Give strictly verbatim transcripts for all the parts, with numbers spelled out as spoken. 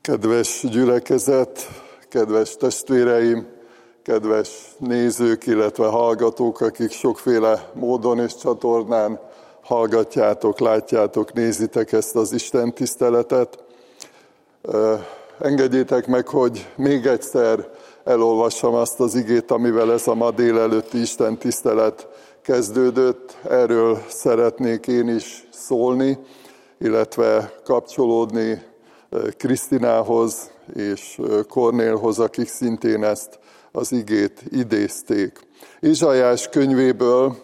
Kedves gyülekezet, kedves testvéreim, kedves nézők, illetve hallgatók, akik sokféle módon és csatornán hallgatjátok, látjátok, nézitek ezt az Isten tiszteletet. Engedjétek meg, hogy még egyszer elolvassam azt az igét, amivel ez a ma délelőtti Isten tisztelet kezdődött. Erről szeretnék én is szólni, illetve kapcsolódni Krisztinához és Kornélhoz, akik szintén ezt az igét idézték. Izsaiás könyvéből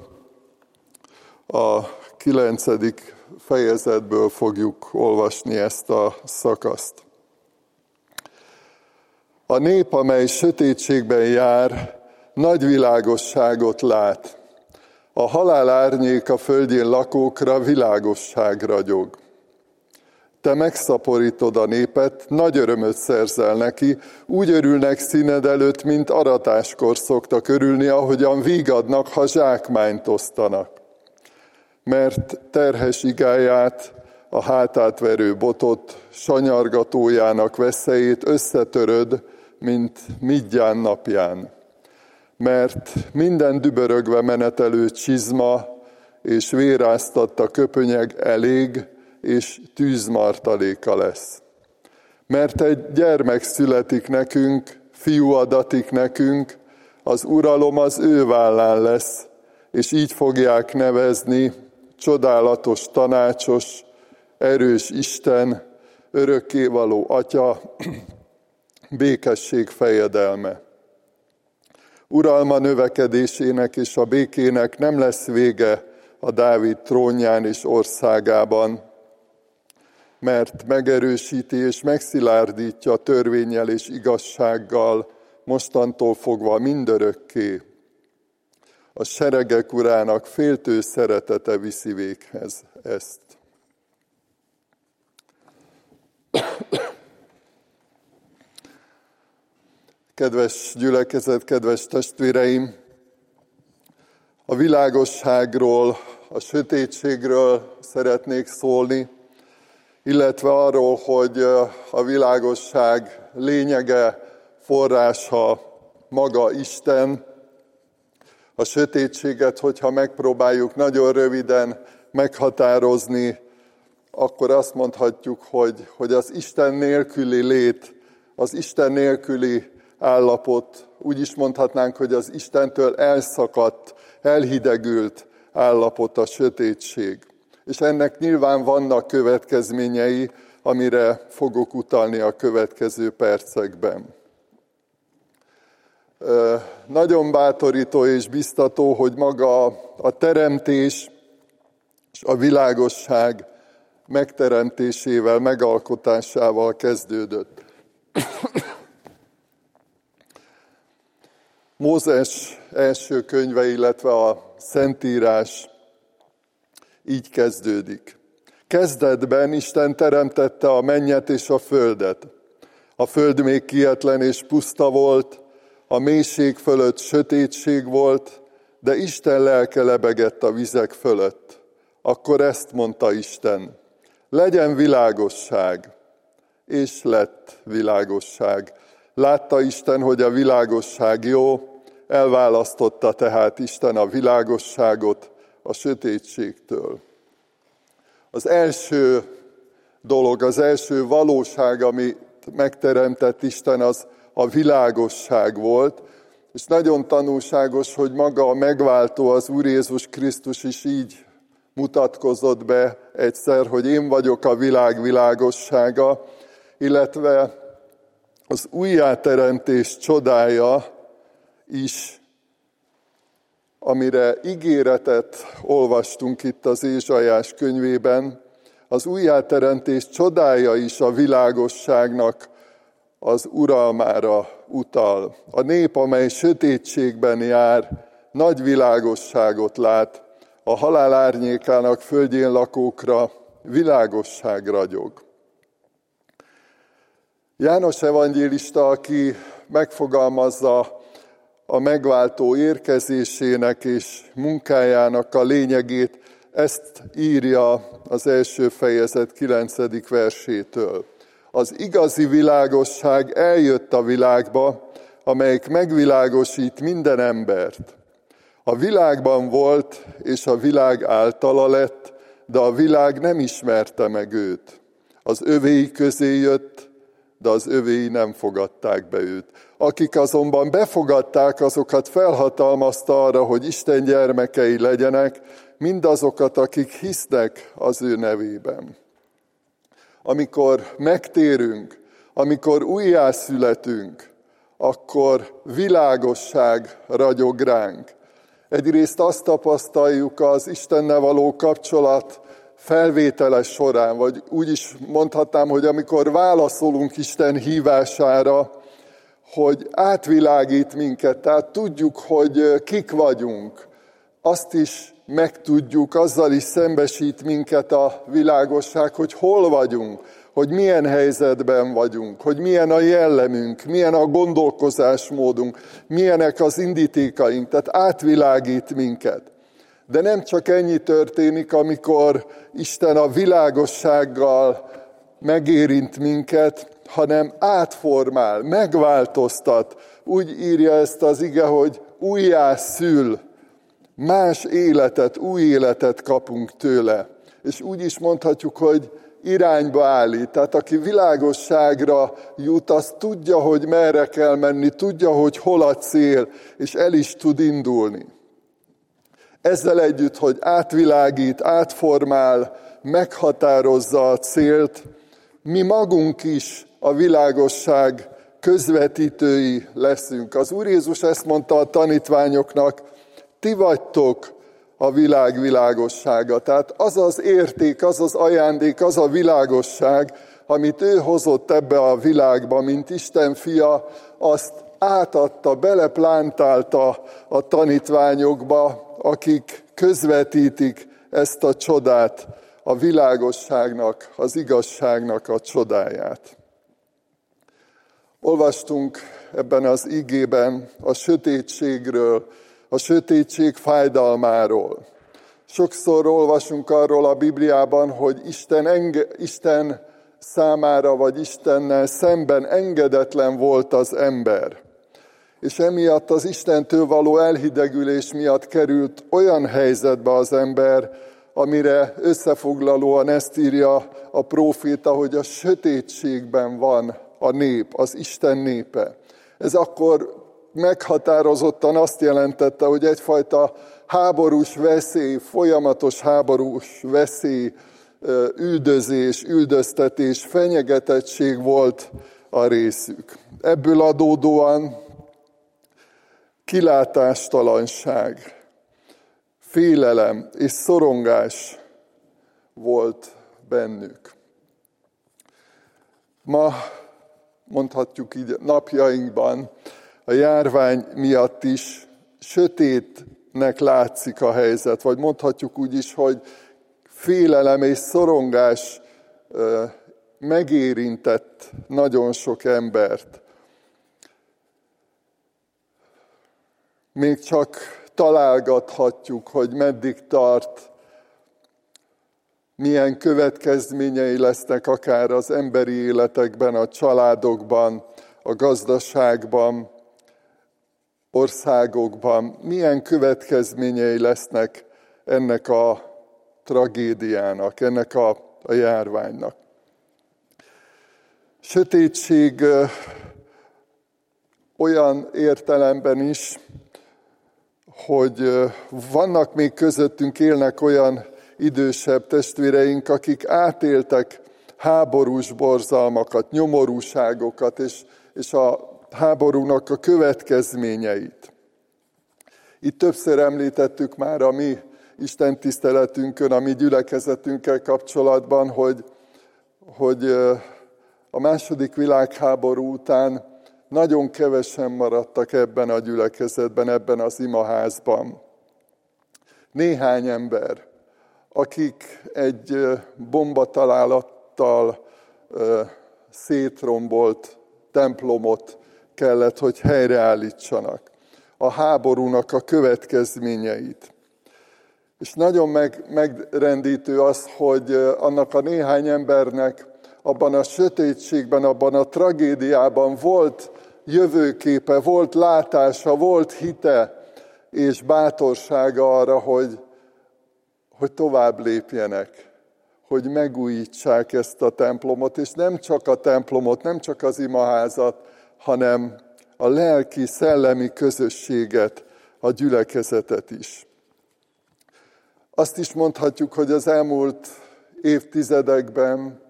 a kilencedik fejezetből fogjuk olvasni ezt a szakaszt. A nép, amely sötétségben jár, nagy világosságot lát. A halál árnyéka földjén lakókra világosság ragyog. Te megszaporítod a népet, nagy örömöt szerzel neki, úgy örülnek színed előtt, mint aratáskor szoktak örülni, ahogyan vígadnak, ha zsákmányt osztanak. Mert terhes igáját, a hátát verő botot, sanyargatójának veszélyét összetöröd, mint Midján napján. Mert minden dübörögve menetelő csizma és véráztatta köpönyeg elég, és tűzmartaléka lesz. Mert egy gyermek születik nekünk, fiú adatik nekünk, az uralom az ő vállán lesz, és így fogják nevezni, csodálatos tanácsos, erős Isten, örökkévaló Atya, békesség fejedelme. Uralma növekedésének és a békének nem lesz vége a Dávid trónján és országában, mert megerősíti és megszilárdítja törvénnyel és igazsággal, mostantól fogva mindörökké. A seregek urának féltő szeretete viszi véghez ezt. Kedves gyülekezet, kedves testvéreim! A világosságról, a sötétségről szeretnék szólni, illetve arról, hogy a világosság lényege, forrása maga Isten. A sötétséget, hogyha megpróbáljuk nagyon röviden meghatározni, akkor azt mondhatjuk, hogy, hogy az Isten nélküli lét, az Isten nélküli állapot, úgy is mondhatnánk, hogy az Istentől elszakadt, elhidegült állapot a sötétség. És ennek nyilván vannak következményei, amire fogok utalni a következő percekben. Nagyon bátorító és biztató, hogy maga a teremtés és a világosság megteremtésével, megalkotásával kezdődött. Mózes első könyve, illetve a Szentírás így kezdődik. Kezdetben Isten teremtette a mennyet és a földet. A föld még kietlen és puszta volt, a mélység fölött sötétség volt, de Isten lelke lebegett a vizek fölött. Akkor ezt mondta Isten: legyen világosság, és lett világosság. Látta Isten, hogy a világosság jó, elválasztotta tehát Isten a világosságot a sötétségtől. Az első dolog, az első valóság, amit megteremtett Isten, az a világosság volt, és nagyon tanulságos, hogy maga a megváltó, az Úr Jézus Krisztus is így mutatkozott be egyszer, hogy én vagyok a világ világossága, illetve az újjáteremtés csodája is, amire ígéretet olvastunk itt az Ézsaiás könyvében, az újjáteremtés csodája is a világosságnak az uralmára utal. A nép, amely sötétségben jár, nagy világosságot lát, a halál árnyékának földjén lakókra világosság ragyog. János evangélista, aki megfogalmazza a megváltó érkezésének és munkájának a lényegét, ezt írja az első fejezet kilencedik versétől. Az igazi világosság eljött a világba, amelyik megvilágosít minden embert. A világban volt, és a világ általa lett, de a világ nem ismerte meg őt. Az övéi közé jött, de az övéi nem fogadták be őt. Akik azonban befogadták, azokat felhatalmazta arra, hogy Isten gyermekei legyenek, mindazokat, akik hisznek az ő nevében. Amikor megtérünk, amikor újjászületünk, akkor világosság ragyog ránk. Egyrészt azt tapasztaljuk az Istennel való kapcsolat felvétele során, vagy úgy is mondhatnám, hogy amikor válaszolunk Isten hívására, hogy átvilágít minket, tehát tudjuk, hogy kik vagyunk. Azt is megtudjuk, azzal is szembesít minket a világosság, hogy hol vagyunk, hogy milyen helyzetben vagyunk, hogy milyen a jellemünk, milyen a gondolkozásmódunk, milyenek az indítékaink, tehát átvilágít minket. De nem csak ennyi történik, amikor Isten a világossággal megérint minket, hanem átformál, megváltoztat. Úgy írja ezt az ige, hogy újjászül, más életet, új életet kapunk tőle. És úgy is mondhatjuk, hogy irányba állít. Tehát aki világosságra jut, az tudja, hogy merre kell menni, tudja, hogy hol a cél, és el is tud indulni. Ezzel együtt, hogy átvilágít, átformál, meghatározza a célt, mi magunk is a világosság közvetítői leszünk. Az Úr Jézus ezt mondta a tanítványoknak, ti vagytok a világ világossága. Tehát az az érték, az az ajándék, az a világosság, amit ő hozott ebbe a világba, mint Isten fia, azt átadta, beleplántálta a tanítványokba, akik közvetítik ezt a csodát, a világosságnak, az igazságnak a csodáját. Olvastunk ebben az igében a sötétségről, a sötétség fájdalmáról. Sokszor olvasunk arról a Bibliában, hogy Isten, enge, Isten számára, vagy Istennel szemben engedetlen volt az ember. És emiatt az Istentől való elhidegülés miatt került olyan helyzetbe az ember, amire összefoglalóan ezt írja a próféta, hogy a sötétségben van a nép, az Isten népe. Ez akkor meghatározottan azt jelentette, hogy egyfajta háborús veszély, folyamatos háborús veszély, üldözés, üldöztetés, fenyegetettség volt a részük. Ebből adódóan kilátástalanság, félelem és szorongás volt bennük. Ma mondhatjuk így napjainkban a járvány miatt is sötétnek látszik a helyzet, vagy mondhatjuk úgy is, hogy félelem és szorongás megérintett nagyon sok embert. Még csak találgathatjuk, hogy meddig tart, milyen következményei lesznek akár az emberi életekben, a családokban, a gazdaságban, országokban, milyen következményei lesznek ennek a tragédiának, ennek a, a járványnak. Sötétség olyan értelemben is, hogy vannak még közöttünk, élnek olyan idősebb testvéreink, akik átéltek háborús borzalmakat, nyomorúságokat, és, és a háborúnak a következményeit. Itt többször említettük már a mi istentiszteletünkön, a mi gyülekezetünkkel kapcsolatban, hogy, hogy a második világháború után nagyon kevesen maradtak ebben a gyülekezetben, ebben az imaházban. Néhány ember, akik egy bombatalálattal szétrombolt templomot kellett, hogy helyreállítsanak. A háborúnak a következményeit. És nagyon meg, megrendítő az, hogy annak a néhány embernek abban a sötétségben, abban a tragédiában volt jövőképe, volt látása, volt hite és bátorsága arra, hogy, hogy tovább lépjenek, hogy megújítsák ezt a templomot, és nem csak a templomot, nem csak az imaházat, hanem a lelki, szellemi közösséget, a gyülekezetet is. Azt is mondhatjuk, hogy az elmúlt évtizedekben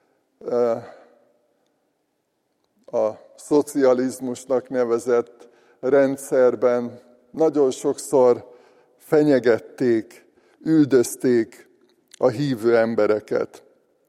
a szocializmusnak nevezett rendszerben nagyon sokszor fenyegették, üldözték a hívő embereket.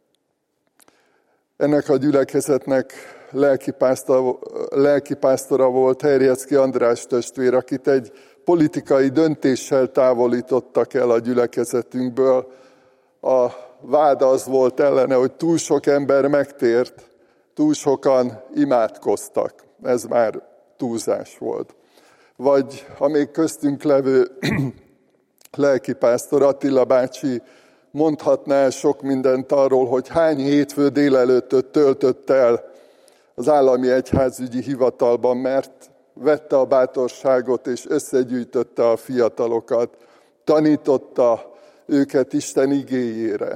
Ennek a gyülekezetnek lelkipásztora, lelkipásztora volt Herjeszki András testvér, akit egy politikai döntéssel távolítottak el a gyülekezetünkből. A vád az volt ellene, hogy túl sok ember megtért, túl sokan imádkoztak. Ez már túlzás volt. Vagy a még köztünk levő lelkipásztor Attila bácsi mondhatná sok mindent arról, hogy hány hétfő délelőttöt töltött el az állami egyházügyi hivatalban, mert vette a bátorságot és összegyűjtötte a fiatalokat, tanította őket Isten igéjére.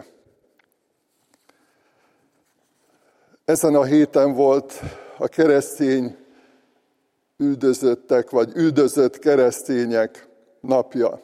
Ezen a héten volt a keresztény üldözöttek, vagy üldözött keresztények napja.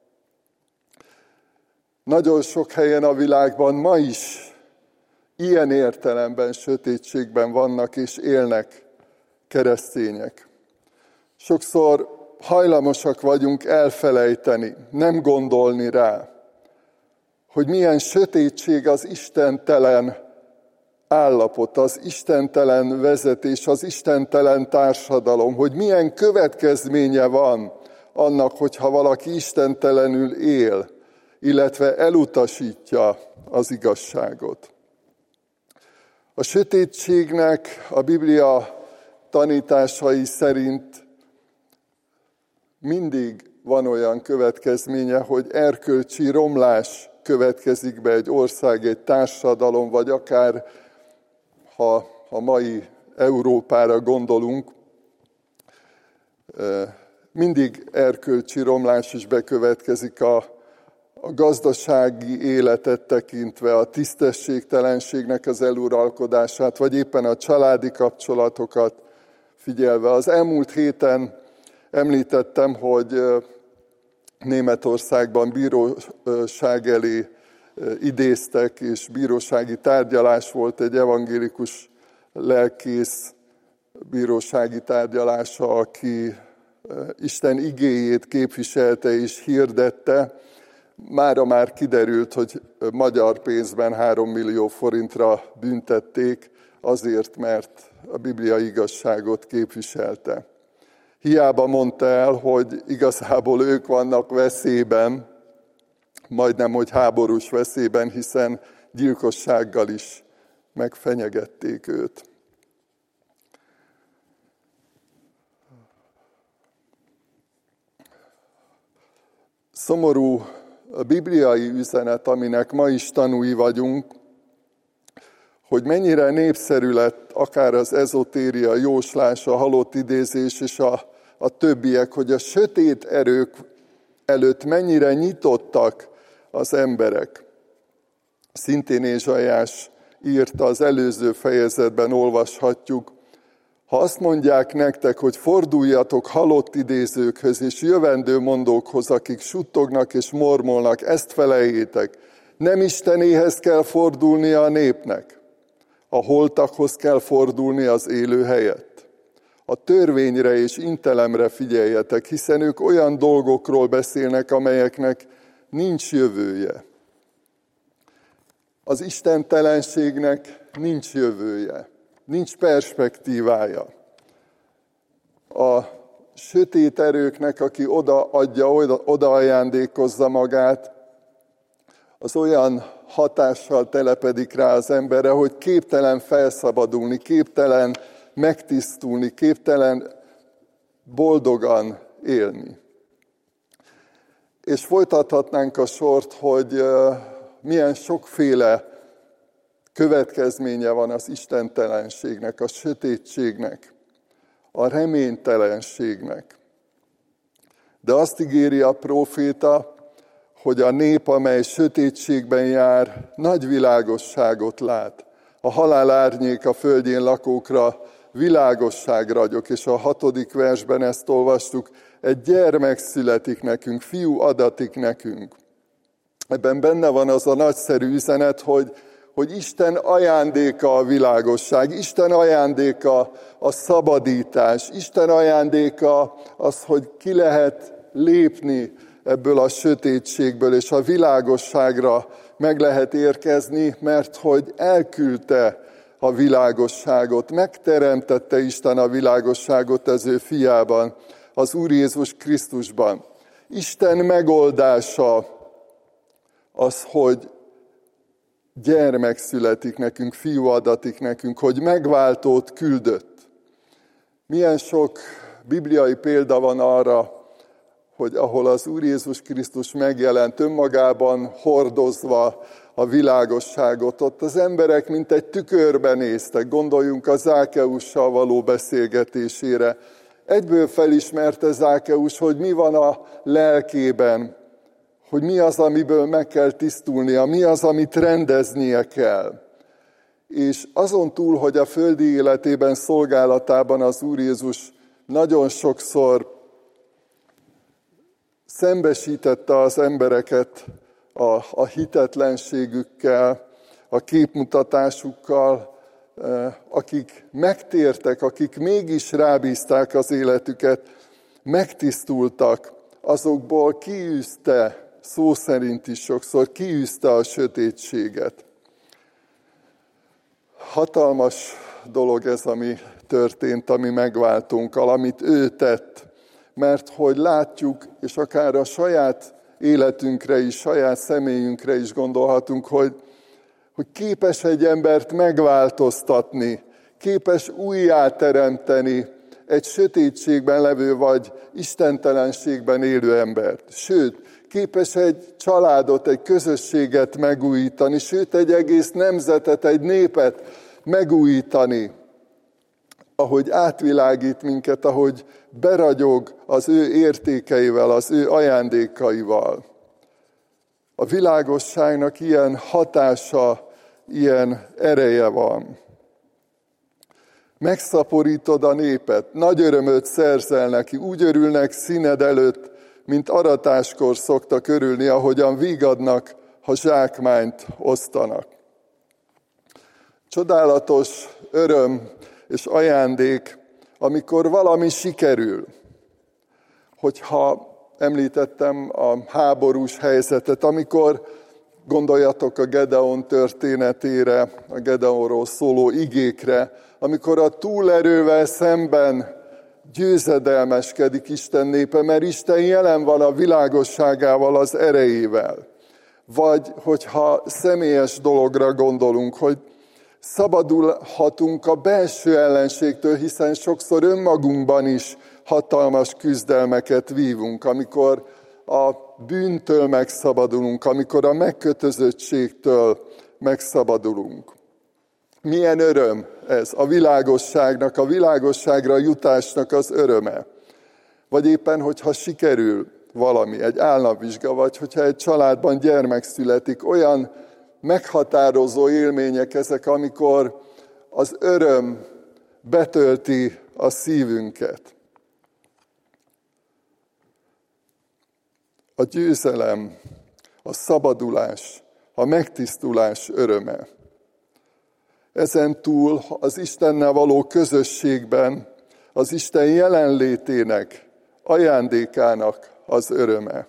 Nagyon sok helyen a világban ma is ilyen értelemben, sötétségben vannak és élnek keresztények. Sokszor hajlamosak vagyunk elfelejteni, nem gondolni rá, hogy milyen sötétség az istentelen állapot, az istentelen vezetés, az istentelen társadalom, hogy milyen következménye van annak, hogyha valaki istentelenül él, illetve elutasítja az igazságot. A sötétségnek a Biblia tanításai szerint mindig van olyan következménye, hogy erkölcsi romlás következik be egy ország, egy társadalom, vagy akár, ha a mai Európára gondolunk, mindig erkölcsi romlás is bekövetkezik a, a gazdasági életet tekintve, a tisztességtelenségnek az eluralkodását, vagy éppen a családi kapcsolatokat figyelve. Az elmúlt héten említettem, hogy Németországban bíróság elé idéztek, és bírósági tárgyalás volt, egy evangélikus lelkész bírósági tárgyalása, aki Isten igéjét képviselte és hirdette. Mára már kiderült, hogy magyar pénzben három millió forintra büntették, azért, mert a bibliai igazságot képviselte. Hiába mondta el, hogy igazából ők vannak veszélyben, majdnem, hogy háborús veszélyben, hiszen gyilkossággal is megfenyegették őt. Szomorú a bibliai üzenet, aminek ma is tanúi vagyunk, hogy mennyire népszerű lett akár az ezotéria, jóslás, a halott idézés és a, a többiek, hogy a sötét erők előtt mennyire nyitottak az emberek. Szintén Ézsaiás írta, az előző fejezetben olvashatjuk, ha azt mondják nektek, hogy forduljatok halott idézőkhöz és jövendő mondókhoz, akik suttognak és mormolnak, ezt feleljétek, nem Istenéhez kell fordulnia a népnek, a holtakhoz kell fordulni az élő helyett. A törvényre és intelemre figyeljetek, hiszen ők olyan dolgokról beszélnek, amelyeknek nincs jövője. Az istentelenségnek nincs jövője, nincs perspektívája. A sötét erőknek, aki odaadja, oda, oda ajándékozza magát, az olyan hatással telepedik rá az emberre, hogy képtelen felszabadulni, képtelen megtisztulni, képtelen boldogan élni. És folytathatnánk a sort, hogy milyen sokféle következménye van az istentelenségnek, a sötétségnek, a reménytelenségnek. De azt ígéri a próféta, hogy a nép, amely sötétségben jár, nagy világosságot lát. A halál árnyéka földjén lakókra világosság ragyog, és a hatodik versben ezt olvastuk, egy gyermek születik nekünk, fiú adatik nekünk. Ebben benne van az a nagyszerű üzenet, hogy, hogy Isten ajándéka a világosság, Isten ajándéka a szabadítás, Isten ajándéka az, hogy ki lehet lépni ebből a sötétségből, és a világosságra meg lehet érkezni, mert hogy elküldte a világosságot, megteremtette Isten a világosságot az ő fiában, az Úr Jézus Krisztusban. Isten megoldása az, hogy gyermek születik nekünk, fiú adatik nekünk, hogy megváltót küldött. Milyen sok bibliai példa van arra, hogy ahol az Úr Jézus Krisztus megjelent önmagában, hordozva a világosságot, ott az emberek mint egy tükörben néztek, gondoljunk a Zákeussal való beszélgetésére. Egyből felismerte Zákeus, hogy mi van a lelkében, hogy mi az, amiből meg kell tisztulnia, mi az, amit rendeznie kell. És azon túl, hogy a földi életében, szolgálatában az Úr Jézus nagyon sokszor szembesítette az embereket a, a hitetlenségükkel, a képmutatásukkal, akik megtértek, akik mégis rábízták az életüket, megtisztultak, azokból kiűzte, szó szerint is sokszor, kiűzte a sötétséget. Hatalmas dolog ez, ami történt, ami megváltunkkal, amit ő tett, mert hogy látjuk, és akár a saját életünkre is, saját személyünkre is gondolhatunk, hogy, hogy képes egy embert megváltoztatni, képes újjáteremteni egy sötétségben levő vagy istentelenségben élő embert. Sőt, képes egy családot, egy közösséget megújítani, sőt, egy egész nemzetet, egy népet megújítani, ahogy átvilágít minket, ahogy beragyog az ő értékeivel, az ő ajándékaival. A világosságnak ilyen hatása, ilyen ereje van. Megszaporítod a népet, nagy örömöt szerzel neki, úgy örülnek színed előtt, mint aratáskor szoktak örülni, ahogyan vígadnak, ha zsákmányt osztanak. Csodálatos öröm és ajándék, amikor valami sikerül. Hogyha említettem a háborús helyzetet, amikor gondoljatok a Gedeon történetére, a Gedeonról szóló igékre, amikor a túlerővel szemben győzedelmeskedik Isten népe, mert Isten jelen van a világosságával, az erejével. Vagy hogyha személyes dologra gondolunk, hogy szabadulhatunk a belső ellenségtől, hiszen sokszor önmagunkban is hatalmas küzdelmeket vívunk, amikor a bűntől megszabadulunk, amikor a megkötözöttségtől megszabadulunk. Milyen öröm ez, a világosságnak, a világosságra jutásnak az öröme. Vagy éppen, hogyha sikerül valami, egy államvizsga, vagy hogyha egy családban gyermek születik, olyan meghatározó élmények ezek, amikor az öröm betölti a szívünket. A győzelem, a szabadulás, a megtisztulás öröme. Ezen túl az Istennel való közösségben az Isten jelenlétének, ajándékának az öröme.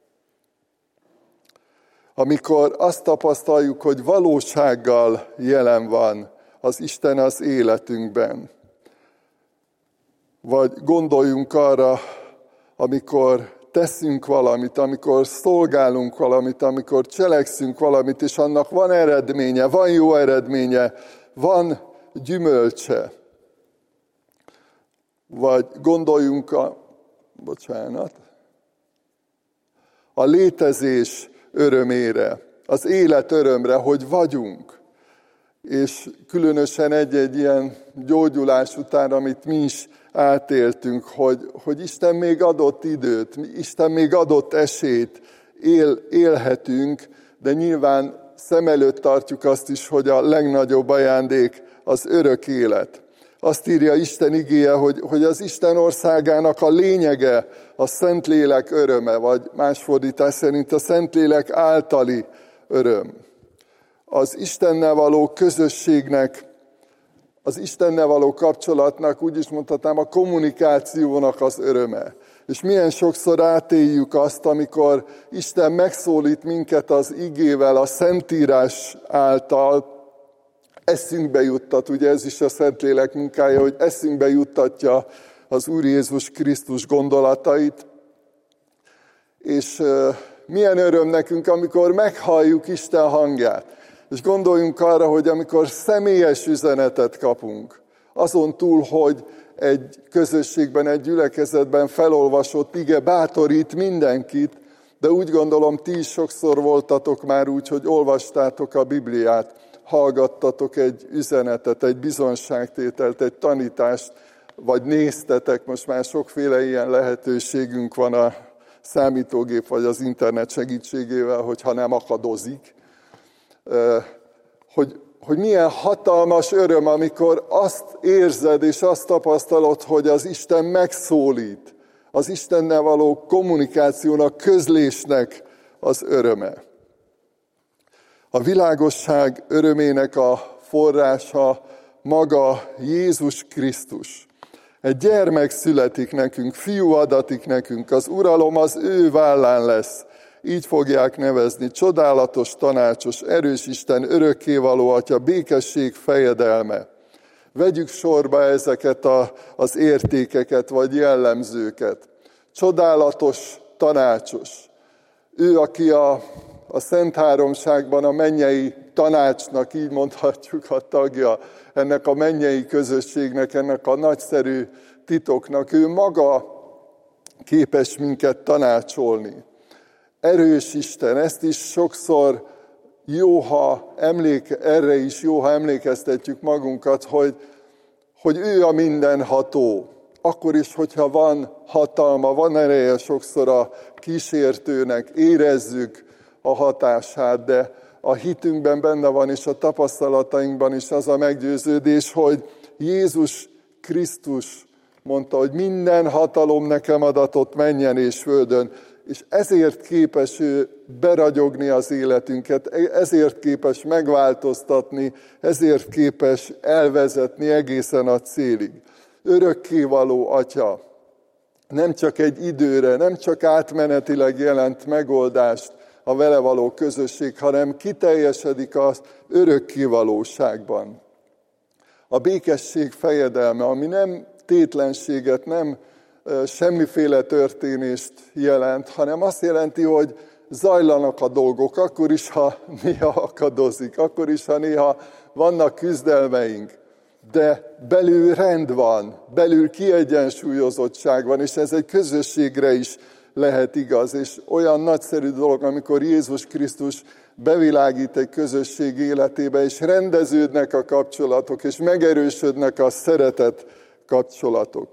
Amikor azt tapasztaljuk, hogy valósággal jelen van az Isten az életünkben. Vagy gondoljunk arra, amikor teszünk valamit, amikor szolgálunk valamit, amikor cselekszünk valamit, és annak van eredménye, van jó eredménye, van gyümölcse. Vagy gondoljunk a, bocsánat, a létezés örömére, az élet örömre, hogy vagyunk. és különösen egy-egy ilyen gyógyulás után, amit mi is átéltünk, hogy, hogy Isten még adott időt, Isten még adott esélyt, él, élhetünk, de nyilván szem előtt tartjuk azt is, hogy a legnagyobb ajándék az örök élet. Azt írja Isten igéje, hogy, hogy az Isten országának a lényege a Szentlélek öröme, vagy más fordítás szerint a Szentlélek általi öröm. Az Istennel való közösségnek, az Istennel való kapcsolatnak, úgy is mondhatnám, a kommunikációnak az öröme. És milyen sokszor átéljük azt, amikor Isten megszólít minket az igével, a Szentírás által, eszünkbe juttat, ugye ez is a Szentlélek munkája, hogy eszünkbe juttatja az Úr Jézus Krisztus gondolatait. És uh, milyen öröm nekünk, amikor meghalljuk Isten hangját. És gondoljunk arra, hogy amikor személyes üzenetet kapunk, azon túl, hogy egy közösségben, egy gyülekezetben felolvasott ige bátorít mindenkit, de úgy gondolom, ti is sokszor voltatok már úgy, hogy olvastátok a Bibliát, hallgattatok egy üzenetet, egy bizonságtételt, egy tanítást, vagy néztetek, most már sokféle ilyen lehetőségünk van a számítógép vagy az internet segítségével, hogyha nem akadozik, hogy, hogy milyen hatalmas öröm, amikor azt érzed és azt tapasztalod, hogy az Isten megszólít, az Istennel való kommunikációnak, közlésnek az öröme. A világosság örömének a forrása maga Jézus Krisztus. Egy gyermek születik nekünk, fiú adatik nekünk, az uralom az ő vállán lesz. Így fogják nevezni, csodálatos, tanácsos, erős Isten, örökkévaló Atya, békesség fejedelme. Vegyük sorba ezeket a, az értékeket vagy jellemzőket. Csodálatos, tanácsos. Ő, aki a, a Szent Háromságban a mennyei tanácsnak, így mondhatjuk, a tagja, ennek a mennyei közösségnek, ennek a nagyszerű titoknak, ő maga képes minket tanácsolni. Erős Isten, ezt is sokszor jó, ha emléke, erre is jó, ha emlékeztetjük magunkat, hogy, hogy ő a mindenható. Akkor is, hogyha van hatalma, van ereje sokszor a kísértőnek, érezzük a hatását, de a hitünkben benne van, és a tapasztalatainkban is az a meggyőződés, hogy Jézus Krisztus mondta, hogy minden hatalom nekem adatott mennyen és földön, és ezért képes ő beragyogni az életünket, ezért képes megváltoztatni, ezért képes elvezetni egészen a célig. Örökkévaló Atya, nem csak egy időre, nem csak átmenetileg jelent megoldást a vele való közösség, hanem kiteljesedik az örökkévalóságban. A békesség fejedelme, ami nem tétlenséget, nem semmiféle történést jelent, hanem azt jelenti, hogy zajlanak a dolgok, akkor is, ha néha akadozik, akkor is, ha néha vannak küzdelmeink, de belül rend van, belül kiegyensúlyozottság van, és ez egy közösségre is lehet igaz, és olyan nagyszerű dolog, amikor Jézus Krisztus bevilágít egy közösség életébe, és rendeződnek a kapcsolatok, és megerősödnek a szeretet kapcsolatok.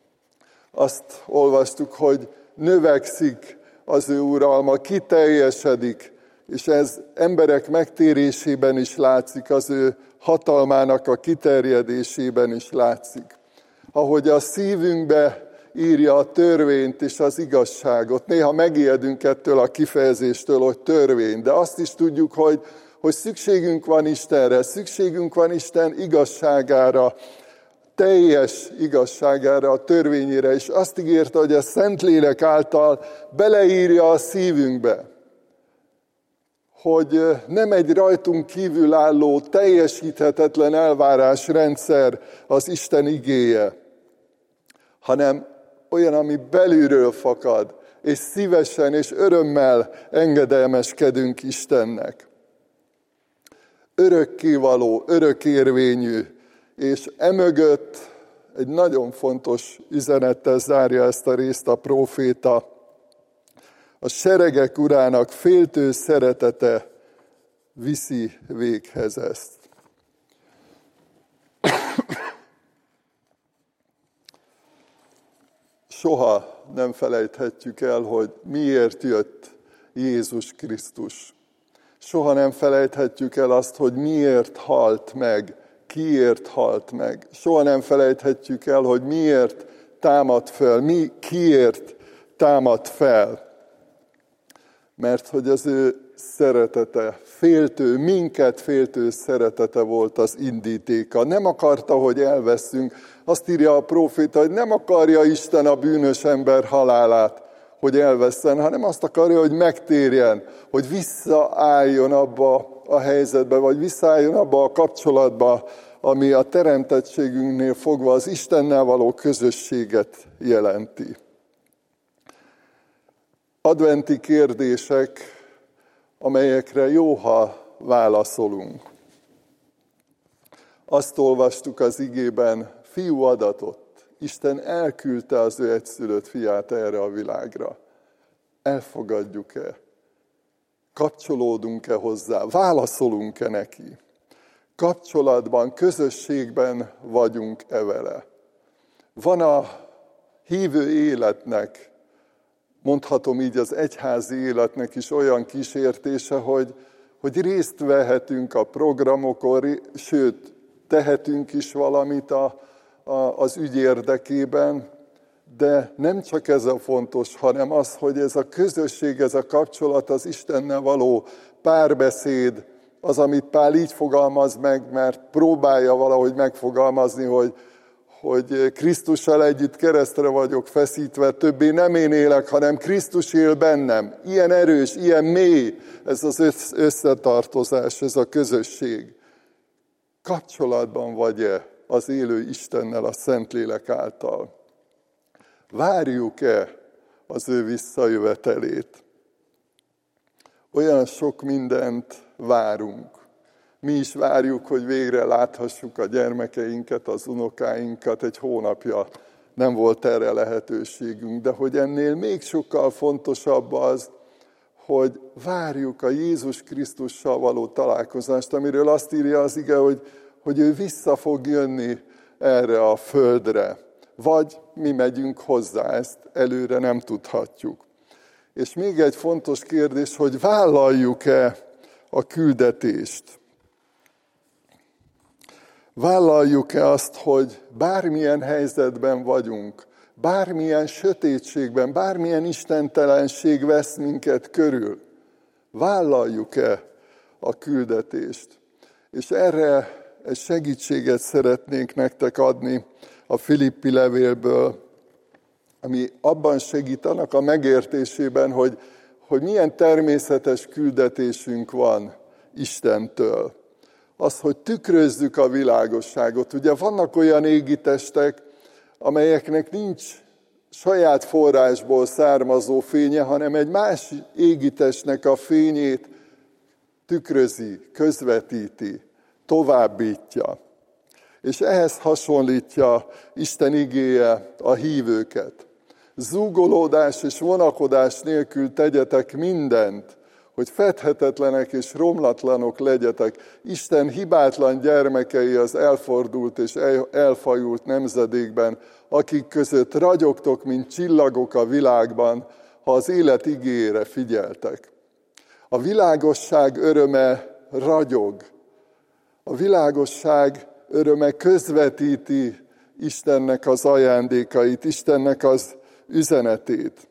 Azt olvastuk, hogy növekszik az ő uralma, kiteljesedik, és ez emberek megtérésében is látszik, az ő hatalmának a kiterjedésében is látszik. Ahogy a szívünkbe írja a törvényt és az igazságot. Néha megijedünk ettől a kifejezéstől, hogy törvény, de azt is tudjuk, hogy, hogy szükségünk van Istenre, szükségünk van Isten igazságára, teljes igazságára, a törvényére, és azt ígérte, hogy a Szentlélek által beleírja a szívünkbe, hogy nem egy rajtunk kívülálló, teljesíthetetlen elvárásrendszer az Isten igéje, hanem olyan, ami belülről fakad, és szívesen és örömmel engedelmeskedünk Istennek. Örökkévaló, örökérvényű, és emögött egy nagyon fontos üzenettel zárja ezt a részt a próféta. A seregek urának féltő szeretete viszi véghez ezt. soha nem felejthetjük el, hogy miért jött Jézus Krisztus. Soha nem felejthetjük el azt, hogy miért halt meg, kiért halt meg. Soha nem felejthetjük el, hogy miért támad fel, mi, kiért támad fel. Mert hogy az ő szeretete, féltő, minket féltő szeretete volt az indítéka. Nem akarta, hogy elveszünk. Azt írja a próféta, hogy nem akarja Isten a bűnös ember halálát, hogy elvesszen, hanem azt akarja, hogy megtérjen, hogy visszaálljon abba a helyzetbe, vagy visszaálljon abba a kapcsolatba, ami a teremtettségünknél fogva az Istennel való közösséget jelenti. Adventi kérdések, amelyekre jó, ha válaszolunk. Azt olvastuk az igében, fiú adatott. Isten elküldte az ő egyszülött fiát erre a világra. Elfogadjuk-e? Kapcsolódunk-e hozzá? Válaszolunk-e neki? Kapcsolatban, közösségben vagyunk-e vele? Van a hívő életnek, mondhatom így az egyházi életnek is olyan kísértése, hogy, hogy részt vehetünk a programokon, sőt, tehetünk is valamit a, a, az ügy érdekében, de nem csak ez a fontos, hanem az, hogy ez a közösség, ez a kapcsolat, az Istennel való párbeszéd, az, amit Pál így fogalmaz meg, mert próbálja valahogy megfogalmazni, hogy, hogy Krisztussal együtt keresztre vagyok feszítve, többé nem én élek, hanem Krisztus él bennem. Ilyen erős, ilyen mély ez az összetartozás, ez a közösség. Kapcsolatban vagy-e az élő Istennel, a Szentlélek által? Várjuk-e az ő visszajövetelét? Olyan sok mindent várunk. Mi is várjuk, hogy végre láthassuk a gyermekeinket, az unokáinkat. Egy hónapja nem volt erre lehetőségünk, de hogy ennél még sokkal fontosabb az, hogy várjuk a Jézus Krisztussal való találkozást, amiről azt írja az ige, hogy, hogy ő vissza fog jönni erre a földre. Vagy mi megyünk hozzá, ezt előre nem tudhatjuk. És még egy fontos kérdés, hogy vállaljuk-e a küldetést? Vállaljuk-e azt, hogy bármilyen helyzetben vagyunk, bármilyen sötétségben, bármilyen istentelenség vesz minket körül, vállaljuk-e a küldetést? És erre egy segítséget szeretnénk nektek adni a Filippi levélből, ami abban segít annak a megértésében, hogy, hogy milyen természetes küldetésünk van Istentől. Az, hogy tükrözzük a világosságot. Ugye vannak olyan égitestek, amelyeknek nincs saját forrásból származó fénye, hanem egy más égitestnek a fényét tükrözi, közvetíti, továbbítja. És ehhez hasonlítja Isten igéje a hívőket. Zúgolódás és vonakodás nélkül tegyetek mindent, hogy fedhetetlenek és romlatlanok legyetek. Isten hibátlan gyermekei az elfordult és elfajult nemzedékben, akik között ragyogtok, mint csillagok a világban, ha az élet igéjére figyeltek. A világosság öröme ragyog. A világosság öröme közvetíti Istennek az ajándékait, Istennek az üzenetét.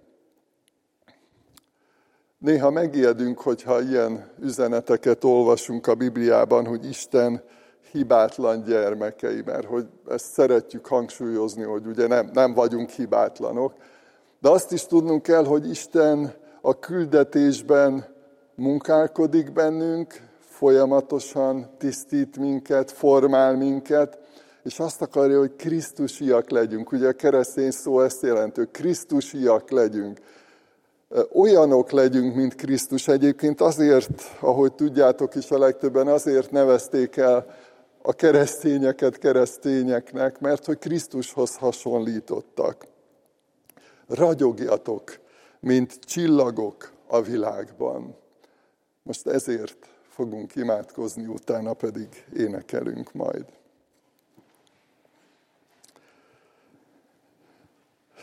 Néha megijedünk, hogyha ilyen üzeneteket olvasunk a Bibliában, hogy Isten hibátlan gyermekei, mert hogy ezt szeretjük hangsúlyozni, hogy ugye nem, nem vagyunk hibátlanok. De azt is tudnunk kell, hogy Isten a küldetésben munkálkodik bennünk, folyamatosan tisztít minket, formál minket, és azt akarja, hogy krisztusiak legyünk. Ugye a keresztény szó ezt jelenti, hogy krisztusiak legyünk. Olyanok legyünk, mint Krisztus. Egyébként azért, ahogy tudjátok is, a legtöbben azért nevezték el a keresztényeket keresztényeknek, mert hogy Krisztushoz hasonlítottak. Ragyogjatok, mint csillagok a világban. Most ezért fogunk imádkozni, utána pedig énekelünk majd.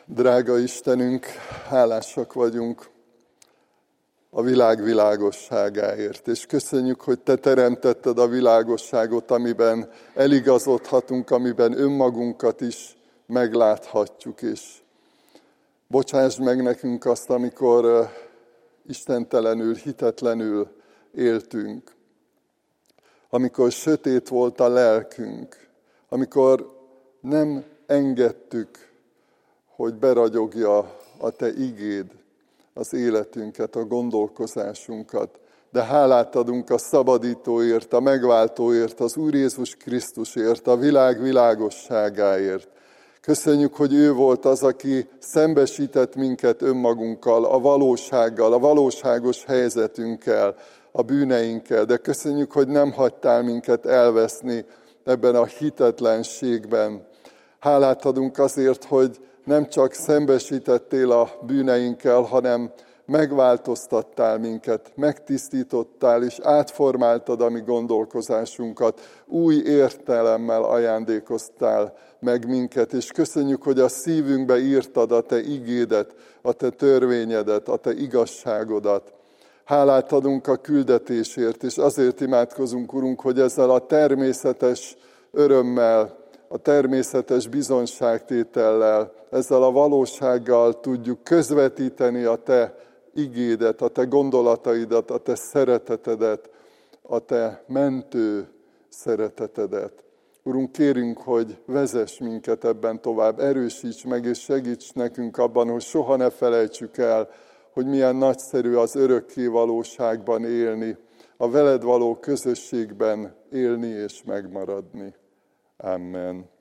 Drága Istenünk, hálásak vagyunk a világ világosságáért, és köszönjük, hogy Te teremtetted a világosságot, amiben eligazodhatunk, amiben önmagunkat is megláthatjuk, és bocsásd meg nekünk azt, amikor istentelenül, hitetlenül éltünk, amikor sötét volt a lelkünk, amikor nem engedtük, hogy beragyogja a Te igéd az életünket, a gondolkozásunkat. De hálát adunk a szabadítóért, a megváltóért, az Úr Jézus Krisztusért, a világ világosságáért. Köszönjük, hogy ő volt az, aki szembesített minket önmagunkkal, a valósággal, a valóságos helyzetünkkel, a bűneinkkel. De köszönjük, hogy nem hagytál minket elveszni ebben a hitetlenségben. Hálát adunk azért, hogy nem csak szembesítettél a bűneinkkel, hanem megváltoztattál minket, megtisztítottál és átformáltad a mi gondolkozásunkat, új értelemmel ajándékoztál meg minket, és köszönjük, hogy a szívünkbe írtad a Te igédet, a Te törvényedet, a Te igazságodat. Hálát adunk a küldetésért, és azért imádkozunk, Urunk, hogy ezzel a természetes örömmel, a természetes bizonyságtétellel, ezzel a valósággal tudjuk közvetíteni a Te igédet, a Te gondolataidat, a Te szeretetedet, a Te mentő szeretetedet. Urunk, kérünk, hogy vezess minket ebben tovább, erősíts meg és segíts nekünk abban, hogy soha ne felejtsük el, hogy milyen nagyszerű az örökké valóságban élni, a veled való közösségben élni és megmaradni. Amen.